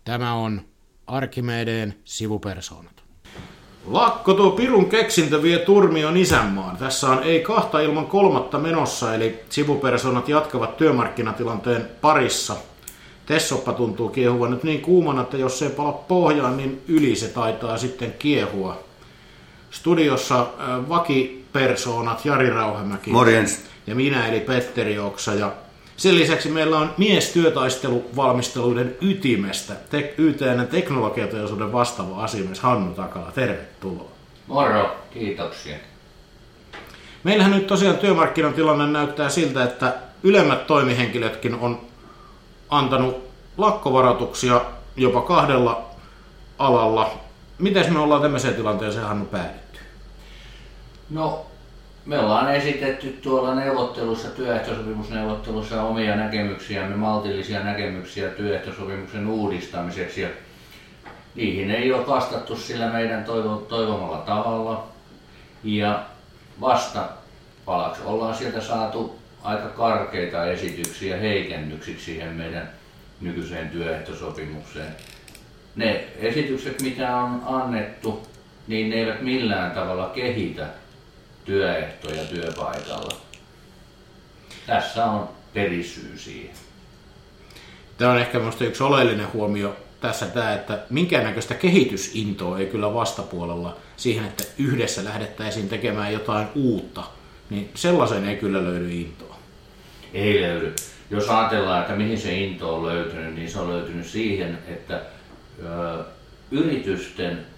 Tämä on Arkimedeen sivupersoonat. Lakko tuo pirun keksintö vie turmion isänmaan. Tässä on ei kahta ilman kolmatta menossa, eli sivupersoonat jatkavat työmarkkinatilanteen parissa. Tessoppa tuntuu kiehuvan nyt niin kuumana, että jos se ei pala pohjaan, niin yli se taitaa sitten kiehua. Studiossa vakipersoonat Jari Rauhamäki. Morjens. Ja minä eli Petteri Oksa. Ja sen lisäksi meillä on miestyötaisteluvalmisteluiden ytimestä YTN teknologiateollisuuden vastaava asiamies Hannu Takala. Tervetuloa. Moro, kiitoksia. Meillähän nyt tosiaan työmarkkinatilanne näyttää siltä, että ylemmät toimihenkilötkin on antanut lakkovaroituksia jopa 2 alalla. Miten me ollaan tämmöiseen tilanteeseen, Hannu, päädytty? No, me ollaan esitetty tuolla neuvottelussa, työehtosopimusneuvottelussa omia näkemyksiämme, maltillisia näkemyksiä työehtosopimuksen uudistamiseksi. Ja niihin ei ole vastattu sillä meidän toivomalla tavalla. Ja vastapalaksi ollaan sieltä saatu aika karkeita esityksiä heikennyksiksi siihen meidän nykyiseen työehtosopimukseen. Ne esitykset, mitä on annettu, niin ne eivät millään tavalla kehitä työehtoja työpaikalla. Tässä on perisyy siihen. Tämä on ehkä minusta yksi oleellinen huomio tässä tämä, että minkäännäköistä kehitysintoa ei kyllä vastapuolella siihen, että yhdessä lähdettäisiin tekemään jotain uutta, niin sellaisen ei kyllä löydy intoa. Ei löydy. Jos ajatellaan, että mihin se into on löytynyt, niin se on löytynyt siihen, että yritysten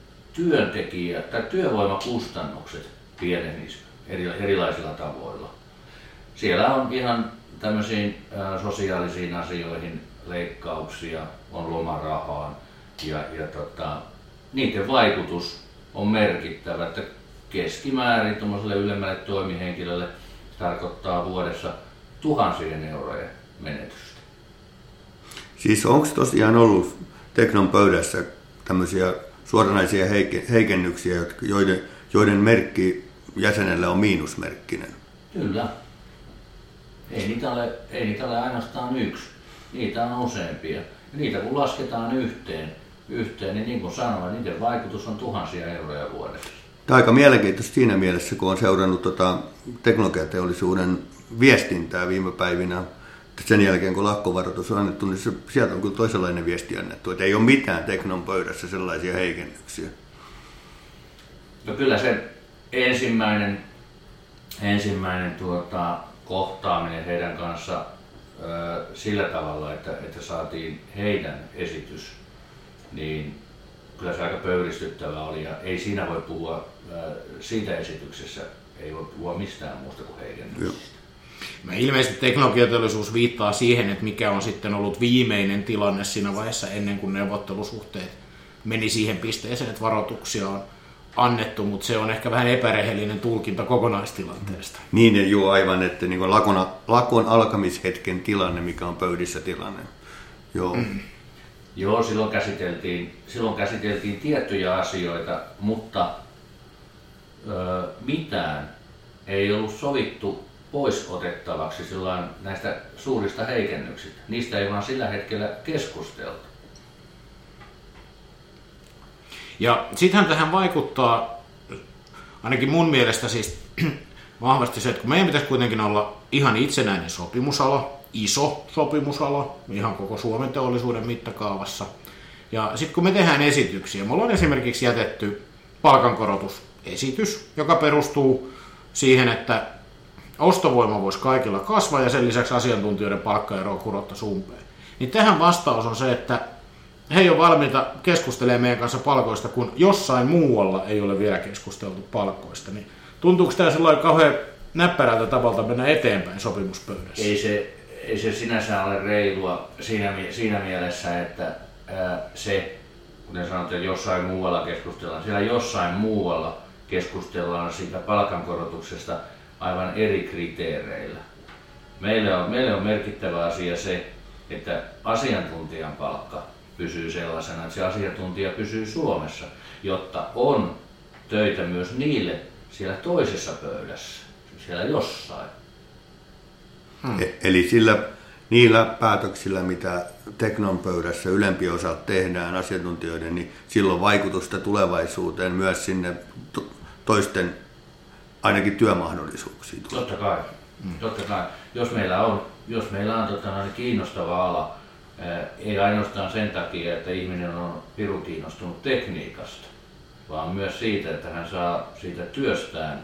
työvoimakustannukset pienenisivät erilaisilla tavoilla. Siellä on ihan tämmöisiin sosiaalisiin asioihin leikkauksia, on lomarahaan ja niiden vaikutus on merkittävä, että keskimäärin tuollaiselle ylemmälle toimihenkilölle tarkoittaa vuodessa tuhansien eurojen menetystä. Siis onko tosiaan ollut Teknon pöydässä tämmöisiä suoranaisia heikennyksiä, joiden merkki jäsenellä on miinusmerkkinen? Kyllä. Ei niitä ole ainoastaan yksi. Niitä on useampia. Ja niitä kun lasketaan yhteen, niin kuin sanoin, niiden vaikutus on tuhansia euroja vuodessa. Tämä on aika mielenkiintoista siinä mielessä, kun on seurannut teknologiateollisuuden viestintää viime päivinä. Sen jälkeen, kun lakkovaroitus on annettu, niin sieltä on kyllä toisenlainen viesti annettu, että ei ole mitään Teknon pöydässä sellaisia heikennyksiä. No kyllä se ensimmäinen kohtaaminen heidän kanssa sillä tavalla, että saatiin heidän esitys, niin kyllä se aika pöyristyttävä oli ja ei siinä voi puhua siitä esityksessä, ei voi puhua mistään muusta kuin heikennyksistä. Ilmeisesti teknologiateollisuus viittaa siihen, että mikä on sitten ollut viimeinen tilanne siinä vaiheessa ennen kuin neuvottelusuhteet meni siihen pisteeseen, että varoituksia on annettu, mutta se on ehkä vähän epärehellinen tulkinta kokonaistilanteesta. Niin, joo, aivan, että niin kuin lakon alkamishetken tilanne, mikä on pöydissä tilanne. Joo. Joo, silloin käsiteltiin tiettyjä asioita, mutta mitään ei ollut sovittu pois otettavaksi silloin näistä suurista heikennyksistä. Niistä ei vaan sillä hetkellä keskusteltu. Ja sittenhän tähän vaikuttaa, ainakin mun mielestä siis vahvasti se, että kun meidän pitäisi kuitenkin olla ihan itsenäinen sopimusala, iso sopimusala, ihan koko Suomen teollisuuden mittakaavassa. Ja sitten kun me tehdään esityksiä, me ollaan esimerkiksi jätetty palkankorotusesitys, joka perustuu siihen, että ostovoima voisi kaikilla kasvaa ja sen lisäksi asiantuntijoiden palkkaeroa kurottaisiin umpeen. Niin tähän vastaus on se, että he ei ole valmiita keskustelemaan meidän kanssa palkoista, kun jossain muualla ei ole vielä keskusteltu palkoista. Niin tuntuuko tämä sellainen kauhean näppärältä tavalla mennä eteenpäin sopimuspöydässä? Ei se sinänsä ole reilua siinä mielessä, että se, kuten sanotaan, että jossain muualla keskustellaan, siellä jossain muualla keskustellaan siitä palkankorotuksesta aivan eri kriteereillä. Meille on merkittävä asia se, että asiantuntijan palkka pysyy sellaisena, että se asiantuntija pysyy Suomessa, jotta on töitä myös niille siellä toisessa pöydässä, siellä jossain. Eli sillä niillä päätöksillä, mitä Teknon pöydässä ylempien osalta tehdään asiantuntijoiden, niin silloin vaikutusta tulevaisuuteen myös sinne toisten ainakin työmahdollisuuksiin. Totta kai. Totta kai. Jos meillä on kiinnostava ala, ei ainoastaan sen takia, että ihminen on pirun kiinnostunut tekniikasta, vaan myös siitä, että hän saa siitä työstään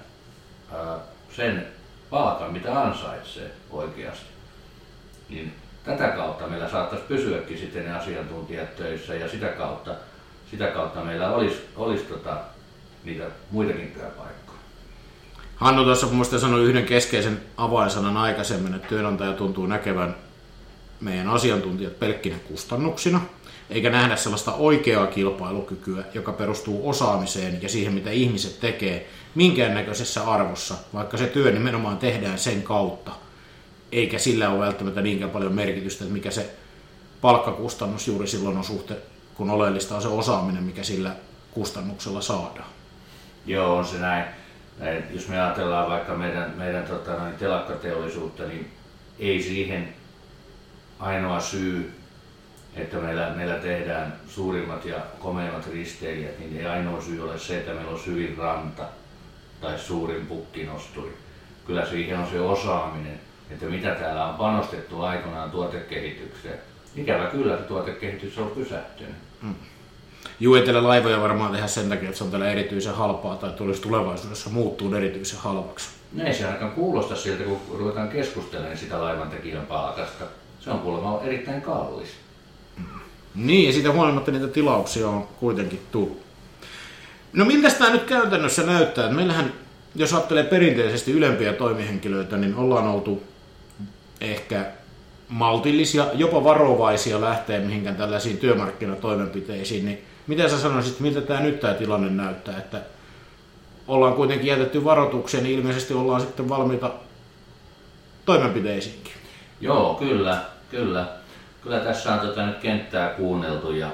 sen palkan, mitä ansaitsee oikeasti. Niin tätä kautta meillä saattaisi pysyäkin sitten ne asiantuntijat töissä ja sitä kautta meillä olisi niitä muitakin työpaikkoja. Hannu tuossa mun mielestä sanoi yhden keskeisen avainsanan aikaisemmin, että työnantaja tuntuu näkevän meidän asiantuntijat pelkkinä kustannuksina, eikä nähdä sellaista oikeaa kilpailukykyä, joka perustuu osaamiseen ja siihen, mitä ihmiset tekee minkäännäköisessä arvossa, vaikka se työ nimenomaan tehdään sen kautta, eikä sillä ole välttämättä niinkään paljon merkitystä, että mikä se palkkakustannus juuri silloin on suhte, kun oleellista on se osaaminen, mikä sillä kustannuksella saadaan. Joo, on se näin. Jos me ajatellaan vaikka meidän telakkateollisuutta, niin ei siihen ainoa syy, että meillä tehdään suurimmat ja komeimmat risteilijät, niin ei ainoa syy ole se, että meillä on syvin ranta tai suurin pukkinosturi. Kyllä siihen on se osaaminen, että mitä täällä on panostettu aikanaan tuotekehitykseen. Ikävä kyllä, että tuotekehitys on pysähtynyt. Juu, ei laivoja varmaan tehdä sen takia, että se on täällä erityisen halpaa tai tulisi tulevaisuudessa muuttuu erityisen halvaksi. Ei se ainakaan kuulosta siltä, kun ruvetaan keskustelemaan sitä laivantekijän palkasta. Se on kuulemma erittäin kallis. Niin, ja siitä huolimatta niitä tilauksia on kuitenkin tullut. No miltä tämä nyt käytännössä näyttää? Että meillähän, jos ajattelee perinteisesti ylempiä toimihenkilöitä, niin ollaan oltu ehkä maltillisia, jopa varovaisia lähteä mihinkään tällaisiin työmarkkinatoimenpiteisiin. Niin miten sä sanoisit, miltä tämä tilanne näyttää? Että ollaan kuitenkin jätetty varoituksia, niin ilmeisesti ollaan sitten valmiita toimenpiteisiinkin. Joo, kyllä. Kyllä tässä on nyt kenttää kuunneltu ja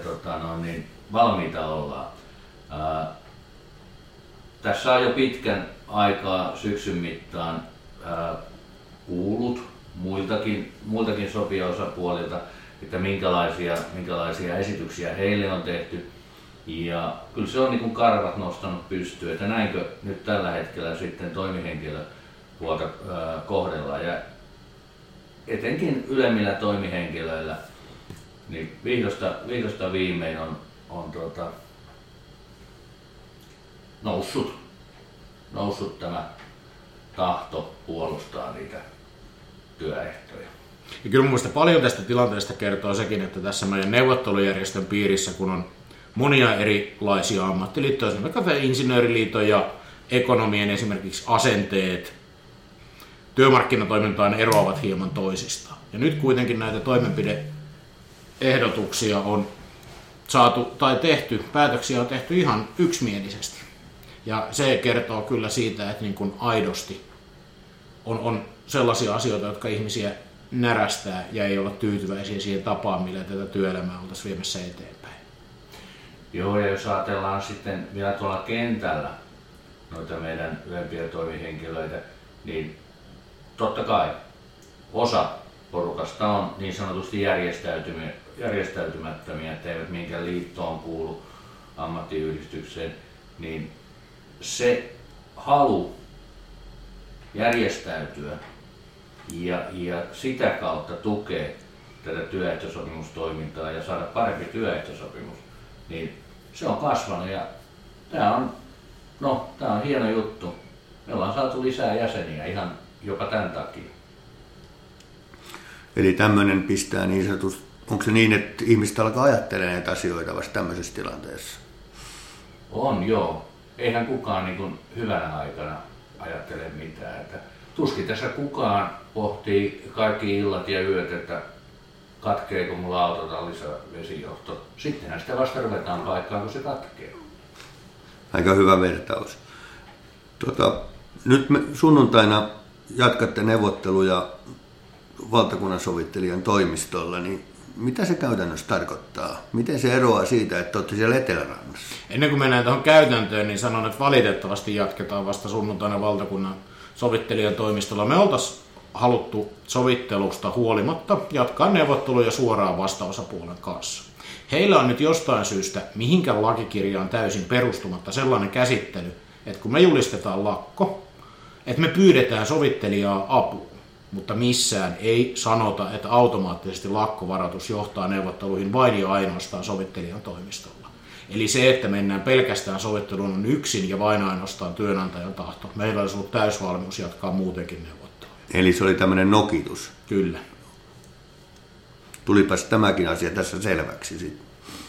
valmiita ollaan. Tässä on jo pitkän aikaa syksyn mittaan kuullut muiltakin sopijaosapuolilta, että minkälaisia esityksiä heille on tehty. Ja kyllä se on niin kuin karvat nostanut pystyyn, että näinkö nyt tällä hetkellä sitten toimihenkilöpuolta kohdellaan. Ja etenkin ylemmillä toimihenkilöillä niin vihdosta viimein on noussut tämä tahto puolustaa niitä työehtoja. Ja kyllä mun mielestä paljon tästä tilanteesta kertoo sekin, että tässä meidän neuvottelujärjestön piirissä, kun on monia erilaisia ammattiliittoja, vaikka insinööriliiton ja ekonomien esimerkiksi asenteet työmarkkinatoimintaan eroavat hieman toisistaan. Ja nyt kuitenkin näitä toimenpideehdotuksia on saatu tai tehty, päätöksiä on tehty ihan yksimielisesti. Ja se kertoo kyllä siitä, että niin kuin aidosti on sellaisia asioita, jotka ihmisiä närästää ja ei olla tyytyväisiä siihen tapaan, millä tätä työelämää oltaisiin viemässä eteenpäin. Joo, ja jos ajatellaan sitten vielä tuolla kentällä noita meidän ylempiä toimihenkilöitä, niin totta kai osa porukasta on niin sanotusti järjestäytymättömiä, että eivät minkään liittoon kuulu ammattiyhdistykseen, niin se halu järjestäytyä ja sitä kautta tukea tätä työehtosopimustoimintaa ja saada parempi työehtosopimus, niin se on kasvanut ja tämä on hieno juttu. Me ollaan saatu lisää jäseniä ihan jopa tämän takia. Eli tämmöinen pistää niin sanotusti, onko se niin, että ihmiset alkaa ajattelemaan näitä asioita vasta tämmöisessä tilanteessa? On joo. Eihän kukaan niin kuin hyvänä aikana ajattele mitään. Että tuskin tässä kukaan pohtii kaikki illat ja yöt, että katkeeko mulla autotallissa vesijohto. Sittenhän sitä vasta ruvetaan paikkaan, kun se katkee. Aika hyvä vertaus. Nyt me sunnuntaina jatkatte neuvotteluja valtakunnan sovittelijan toimistolla, niin mitä se käytännössä tarkoittaa? Miten se eroaa siitä, että olette siellä Etelärannassa? Ennen kuin mennään tuohon käytäntöön, niin sanon, että valitettavasti jatketaan vasta sunnuntaina valtakunnan sovittelijan toimistolla. Me oltaisiin haluttu sovittelusta huolimatta jatkaa neuvotteluja suoraan vastaosapuolen kanssa. Heillä on nyt jostain syystä mihinkään lakikirjaan täysin perustumatta sellainen käsittely, että kun me julistetaan lakko, että me pyydetään sovittelijaa apuun, mutta missään ei sanota, että automaattisesti lakkovaroitus johtaa neuvotteluihin vain ja ainoastaan sovittelijan toimistolla. Eli se, että mennään pelkästään sovitteluun on yksin ja vain ainoastaan työnantajan tahto. Meillä olisi ollut täysvalmius jatkaa muutenkin neuvotteluja. Eli se oli tämmöinen nokitus. Kyllä. Tulipas tämäkin asia tässä selväksi sitten.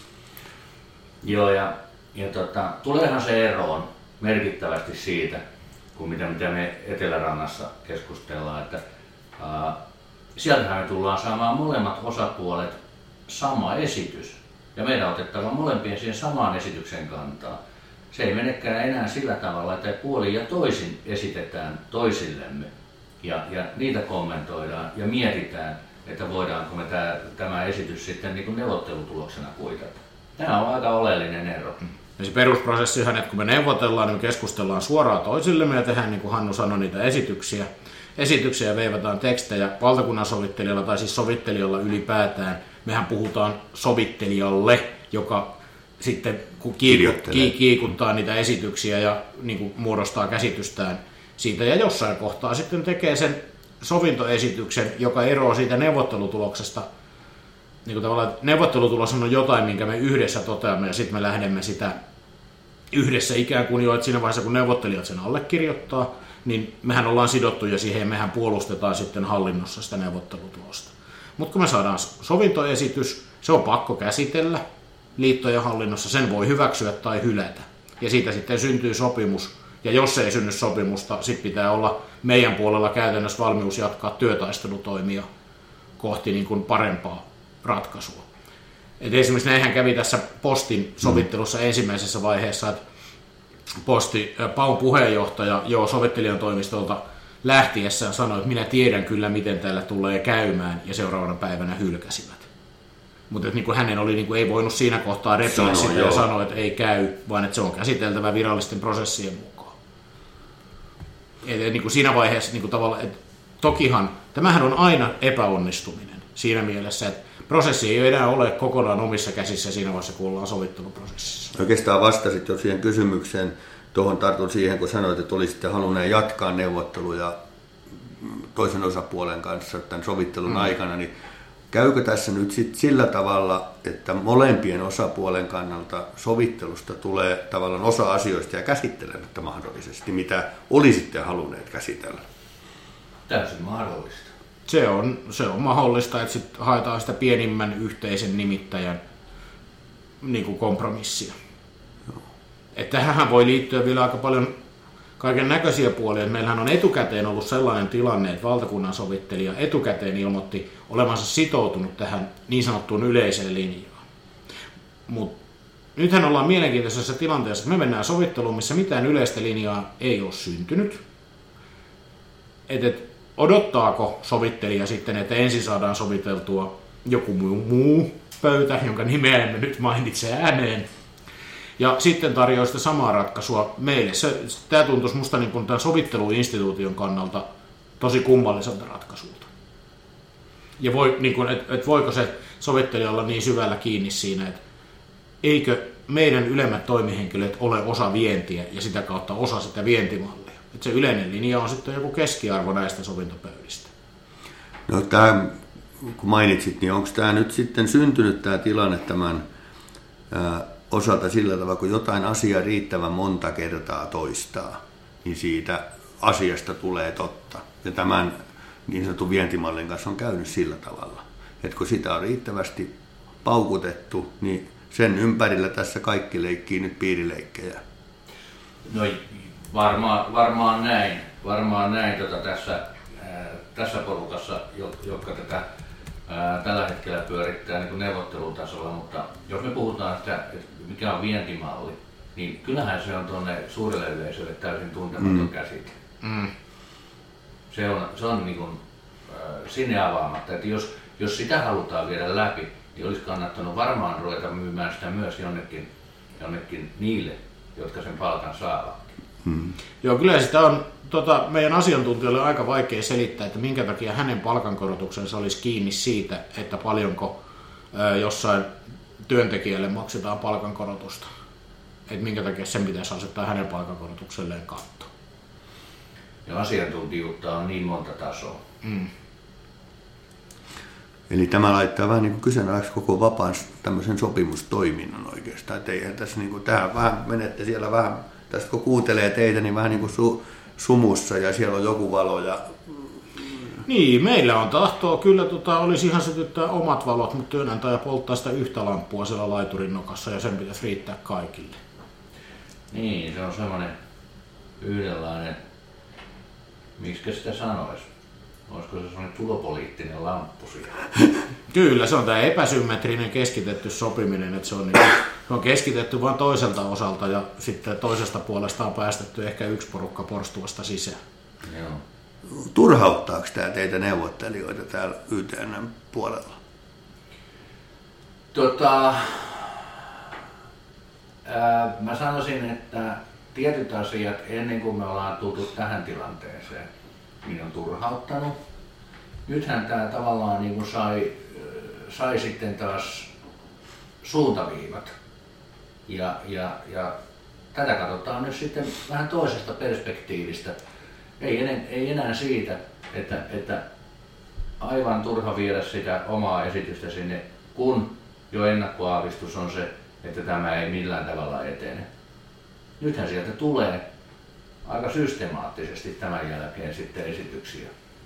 Joo, ja tuleehan se eroon merkittävästi siitä, kuin mitä me Etelärannassa keskustellaan, että sieltähän me tullaan saamaan molemmat osapuolet sama esitys. Ja meidän on otettava molempien siihen samaan esityksen kantaa. Se ei menekään enää sillä tavalla, että puolin ja toisin esitetään toisillemme. Ja niitä kommentoidaan ja mietitään, että voidaanko me tämä esitys sitten niin kuin neuvottelutuloksena kuitata. Tämä on aika oleellinen ero. Ja se perusprosessihan, että kun me neuvotellaan, niin me keskustellaan suoraan toisillemme ja tehdään, niin kuin Hannu sanoi, niitä esityksiä ja veivataan tekstejä valtakunnan sovittelijalla tai siis sovittelijalla ylipäätään. Mehän puhutaan sovittelijalle, joka sitten kiikuttaa niitä esityksiä ja niin kuin muodostaa käsitystään siitä ja jossain kohtaa sitten tekee sen sovintoesityksen, joka eroaa siitä neuvottelutuloksesta. Niin kuin tavallaan, neuvottelutulos on jotain, minkä me yhdessä toteamme ja sitten me lähdemme sitä yhdessä ikään kuin jo, että siinä vaiheessa kun neuvottelijat sen allekirjoittaa, niin mehän ollaan sidottuja siihen ja mehän puolustetaan sitten hallinnossa sitä neuvottelutulosta. Mutta kun me saadaan sovintoesitys, se on pakko käsitellä liittojen hallinnossa, sen voi hyväksyä tai hylätä. Ja siitä sitten syntyy sopimus, ja jos ei synny sopimusta, sitten pitää olla meidän puolella käytännössä valmius jatkaa työtaistelutoimia kohti niin kuin parempaa ratkaisua. Et esimerkiksi näinhän kävi tässä Postin sovittelussa ensimmäisessä vaiheessa, että Paun puheenjohtaja sovittelijan toimistolta lähtiessään sanoi, että minä tiedän kyllä, miten täällä tulee käymään, ja seuraavana päivänä hylkäsivät. Mutta niin hänen oli, niin kuin, ei voinut siinä kohtaa repiä sitä ja sanoa, että ei käy, vaan että se on käsiteltävä virallisten prosessien mukaan. Et, niin kuin siinä vaiheessa niin kuin tavallaan, että tokihan, tämähän on aina epäonnistuminen siinä mielessä, että prosessi ei enää ole kokonaan omissa käsissä siinä vaiheessa, kun ollaan sovitteluprosessissa. Oikeastaan vastasit jo siihen kysymykseen, tuohon tartun siihen, kun sanoit, että olisitte halunneet jatkaa neuvotteluja toisen osapuolen kanssa tämän sovittelun aikana, niin käykö tässä nyt sit sillä tavalla, että molempien osapuolen kannalta sovittelusta tulee tavallaan osa asioista ja käsittelemättä mahdollisesti, mitä olisitte halunneet käsitellä? Täysin mahdollista. Se on mahdollista, että sit haetaan sitä pienimmän yhteisen nimittäjän niin kuin kompromissia. Että tähän voi liittyä vielä aika paljon kaiken näköisiä puolia. Meillähän on etukäteen ollut sellainen tilanne, että valtakunnan sovittelija etukäteen ilmoitti olevansa sitoutunut tähän niin sanottuun yleiseen linjaan. Mutta nythän ollaan mielenkiintoisessa tilanteessa, että me mennään sovitteluun, missä mitään yleistä linjaa ei ole syntynyt. Odottaako sovittelija sitten, että ensin saadaan soviteltua joku muu pöytä, jonka nimeä emme nyt mainitse ääneen, ja sitten tarjoaa sitä samaa ratkaisua meille. Tämä tuntuisi musta niin kuin tämän sovitteluinstituution kannalta tosi kummalliselta ratkaisulta. Ja niin voiko se sovittelija olla niin syvällä kiinni siinä, että eikö meidän ylemmät toimihenkilöt ole osa vientiä ja sitä kautta osa sitä vientimallia. Että se yleinen linja on sitten joku keskiarvo näistä sovintopöydistä. No tämä, kun mainitsit, niin onko tämä nyt sitten syntynyt tämä tilanne tämän osalta sillä tavalla, kun jotain asiaa riittävän monta kertaa toistaa, niin siitä asiasta tulee totta. Ja tämän niin sanotun vientimallin kanssa on käynyt sillä tavalla, että kun sitä on riittävästi paukutettu, niin sen ympärillä tässä kaikki leikkii nyt piirileikkejä. No varmaan näin. Tässä porukassa, jotka tätä tällä hetkellä pyörittää niin kuin neuvottelutasolla, mutta jos me puhutaan sitä, että mikä on vientimalli, niin kyllähän se on tuonne suurelle yleisölle täysin tuntematon käsite. Se on niin kuin, sinne avaamatta, että jos sitä halutaan viedä läpi, niin olisi kannattanut varmaan ruveta myymään sitä myös jonnekin niille, jotka sen palkan saavat. Joo, kyllä sitä on meidän asiantuntijoille aika vaikea selittää, että minkä takia hänen palkankorotuksensa olisi kiinni siitä, että paljonko jossain työntekijälle maksetaan palkankorotusta. Että minkä takia sen pitäisi asettaa hänen palkankorotukselleen katto. Ja asiantuntijuutta on niin monta tasoa. Eli tämä laittaa vähän niin kuin kyseenalaiseksi koko vapaan tämmöisen sopimustoiminnan oikeastaan. Että eihän tässä niin kuin, tähän vähän menette siellä vähän, tästä kun kuuntelee teitä, niin vähän niin kuin sumussa ja siellä on joku valo. Ja... Niin, meillä on tahtoa kyllä, olisi ihan sytyttää omat valot, mutta työnantaja polttaa sitä yhtä lamppua siellä laiturin nokassa ja sen pitäisi riittää kaikille. Niin, se on semmoinen yhdenlainen, miksi sitä sanoisi? Olisiko se semmoinen tulopoliittinen lamppu siellä? Kyllä, se on tämä epäsymmetrinen keskitetty sopiminen, että se on keskitetty vain toiselta osalta ja sitten toisesta puolesta on päästetty ehkä yksi porukka porstuasta sisään. Joo. Turhauttaako tämä teitä neuvottelijoita täällä YTN:n puolella? Mä sanoisin, että tietyt asiat ennen kuin me ollaan tultu tähän tilanteeseen, niin on turhauttanut. Nythän tämä tavallaan niin kuin sai sitten taas suuntaviivat. Ja tätä katsotaan nyt sitten vähän toisesta perspektiivistä. Ei enää siitä, että aivan turha viedä sitä omaa esitystä sinne, kun jo ennakkoaavistus on se, että tämä ei millään tavalla etene. Nythän sieltä tulee aika systemaattisesti tämän jälkeen sitten esityksiä.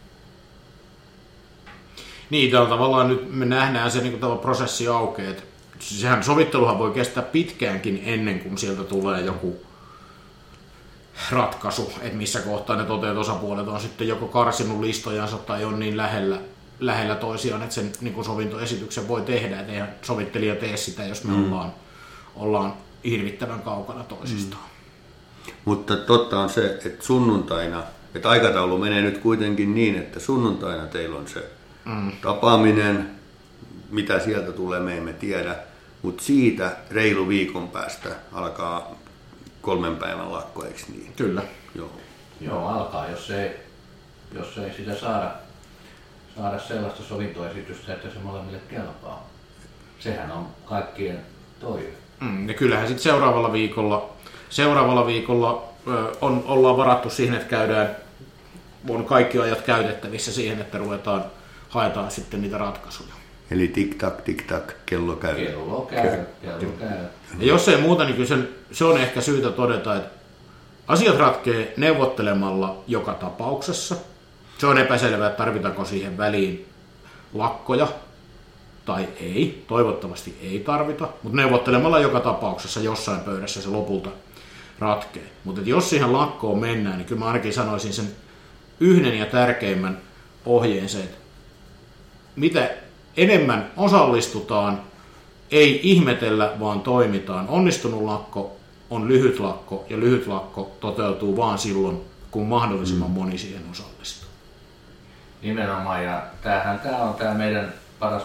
Niin, tavallaan nyt me nähdään se niin kuin prosessi aukeaa. Sehän sovitteluhan voi kestää pitkäänkin ennen kuin sieltä tulee joku ratkaisu, että missä kohtaa ne toteut osapuolet on sitten joko karsinut listojansa tai on niin lähellä toisiaan, että sen niin kuin sovintoesityksen voi tehdä. Et eihän sovittelija tee sitä, jos me ollaan hirvittävän kaukana toisistaan. Mutta totta on se, että sunnuntaina, että aikataulu menee nyt kuitenkin niin, että sunnuntaina teillä on se tapaaminen, mitä sieltä tulee, me emme tiedä, mutta siitä reilu viikon päästä alkaa 3 päivän lakko, eikö niin? Kyllä. Joo, alkaa, jos ei sitä saada sellaista sovintoesitystä, että se molemmille kelpaa. Sehän on kaikkien toive. Ja kyllähän sitten seuraavalla viikolla ollaan varattu siihen, että on kaikki ajat käytettävissä siihen, että haetaan sitten niitä ratkaisuja. Eli tik-tak, kello käy. Kello käy. Ja jos ei muuta, niin kyllä se on ehkä syytä todeta, että asiat ratkee neuvottelemalla joka tapauksessa. Se on epäselvää, että tarvitaanko siihen väliin lakkoja tai ei. Toivottavasti ei tarvita, mutta neuvottelemalla joka tapauksessa jossain pöydässä se lopulta ratkee. Mutta jos siihen lakkoon mennään, niin kyllä mä ainakin sanoisin sen yhden ja tärkeimmän ohjeen se, että mitä enemmän osallistutaan, ei ihmetellä, vaan toimitaan. Onnistunut lakko on lyhyt lakko, ja lyhyt lakko toteutuu vaan silloin, kun mahdollisimman moni siihen osallistuu. Nimenomaan, ja tämä on tämä meidän paras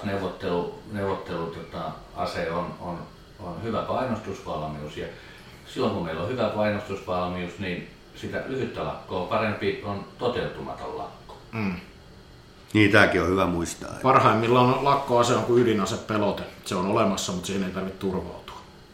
ase on hyvä painostusvalmius, ja silloin kun meillä on hyvä painostusvalmius, niin sitä lyhyttä lakkoa parempi on toteutumaton lakko. Niin, tämäkin on hyvä muistaa. Parhaimmillaan lakkoase on kuin ydinasepelote. Se on olemassa, mutta siihen ei tarvitse turvautua.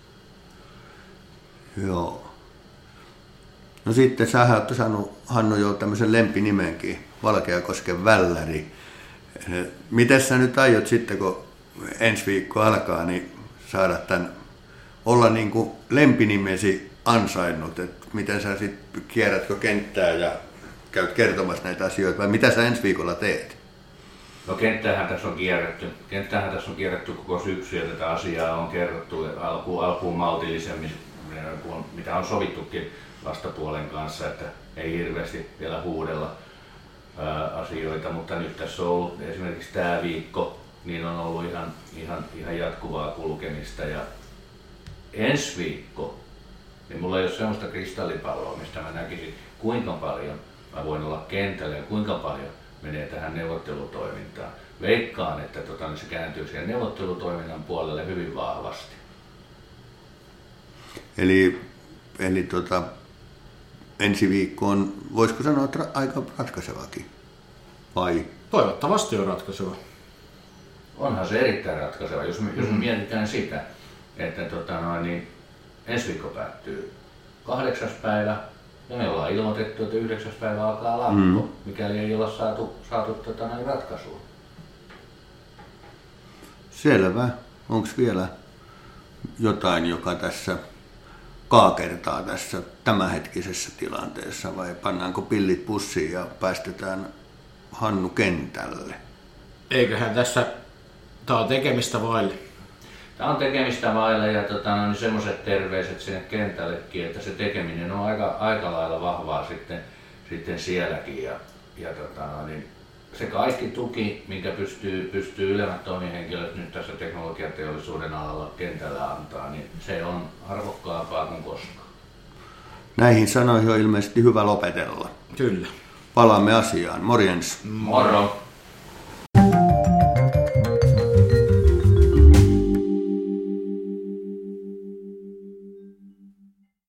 Joo. No sitten sähän olet saanut, Hannu, jo tämmöisen lempinimenkin, Valkeakosken välläri. Miten sä nyt aiot sitten, kun ensi viikko alkaa, niin saada tämän, olla niin kuin lempinimesi ansainnut? Et miten sä sitten kierrätkö kenttää ja käyt kertomassa näitä asioita, vai mitä sä ensi viikolla teet? No kenttähän tässä on kierretty koko syksy, ja tätä asiaa on kerrottu alkuun maltillisemmin, mitä on sovittukin vastapuolen kanssa, että ei hirveästi vielä huudella asioita, mutta nyt tässä on ollut esimerkiksi tämä viikko, niin on ollut ihan jatkuvaa kulkemista, ja ensi viikko, niin mulla ei ole sellaista kristallipalloa, mistä mä näkisin, kuinka paljon mä voin olla kentällä ja kuinka paljon menee tähän neuvottelutoimintaan. Veikkaan, että se kääntyy siihen neuvottelutoiminnan puolelle hyvin vahvasti. Eli ensi viikko on, voisiko sanoa, aika ratkaisevakin? Vai? Toivottavasti on ratkaiseva. Onhan se erittäin ratkaiseva, jos me mietitään sitä, että niin ensi viikko päättyy 8. päivä ja me ollaan ilmoitettu, että 9. päivä alkaa lakko, mikäli ei olla saatu ratkaisua. Selvä. Onko vielä jotain, joka tässä kaakertaa tässä tämänhetkisessä tilanteessa vai pannaanko pillit pussiin ja päästetään Hannu kentälle? Eiköhän tässä, tää on tekemistä vaille. Tämä on tekemistä vaille ja niin semmoiset terveiset sinne kentällekin, että se tekeminen on aika lailla vahvaa sitten sielläkin ja niin se kaikki tuki, minkä pystyy ylemmät toimihenkilöt nyt tässä teknologiateollisuuden alalla kentällä antaa, niin se on arvokkaampaa kuin koskaan. Näihin sanoihin on ilmeisesti hyvä lopetella. Kyllä. Palaamme asiaan. Morjens. Moro!